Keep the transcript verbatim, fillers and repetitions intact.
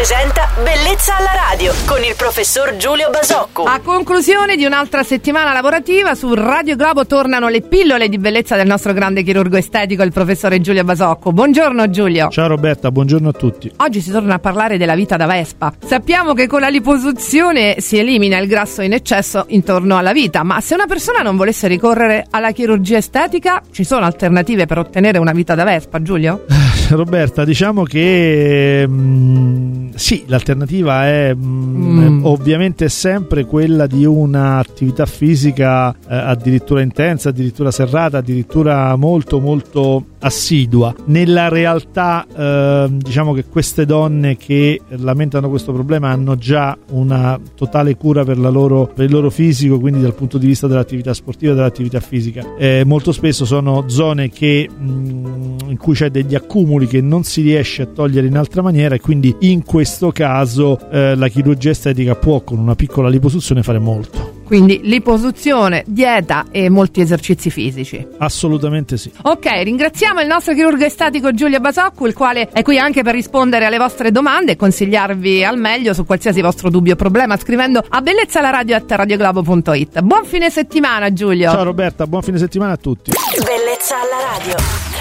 presenta Bellezza alla radio con il professor Giulio Basocco. A conclusione di un'altra settimana lavorativa, su Radio Globo tornano le pillole di bellezza del nostro grande chirurgo estetico, il professore Giulio Basocco. Buongiorno Giulio. Ciao Roberta, buongiorno a tutti. Oggi si torna a parlare della vita da Vespa. Sappiamo che con la liposuzione si elimina il grasso in eccesso intorno alla vita, ma se una persona non volesse ricorrere alla chirurgia estetica, ci sono alternative per ottenere una vita da Vespa, Giulio? Roberta, diciamo che mh, sì, l'alternativa è mh, mm. ovviamente sempre quella di un'attività fisica eh, addirittura intensa, addirittura serrata, addirittura molto molto assidua. Nella realtà eh, diciamo che queste donne che lamentano questo problema hanno già una totale cura per, la loro, per il loro fisico, quindi dal punto di vista dell'attività sportiva e dell'attività fisica. Eh, molto spesso sono zone che mh, in cui c'è degli accumuli che non si riesce a togliere in altra maniera, e quindi in questo caso eh, la chirurgia estetica può con una piccola liposuzione fare molto. Quindi liposuzione, dieta e molti esercizi fisici. Assolutamente sì. Ok, ringraziamo il nostro chirurgo estetico Giulio Basocco, il quale è qui anche per rispondere alle vostre domande e consigliarvi al meglio su qualsiasi vostro dubbio o problema scrivendo a bellezzalaradio chiocciola radioglobo punto it. Buon fine settimana Giulio. Ciao Roberta, buon fine settimana a tutti. Bellezza alla radio.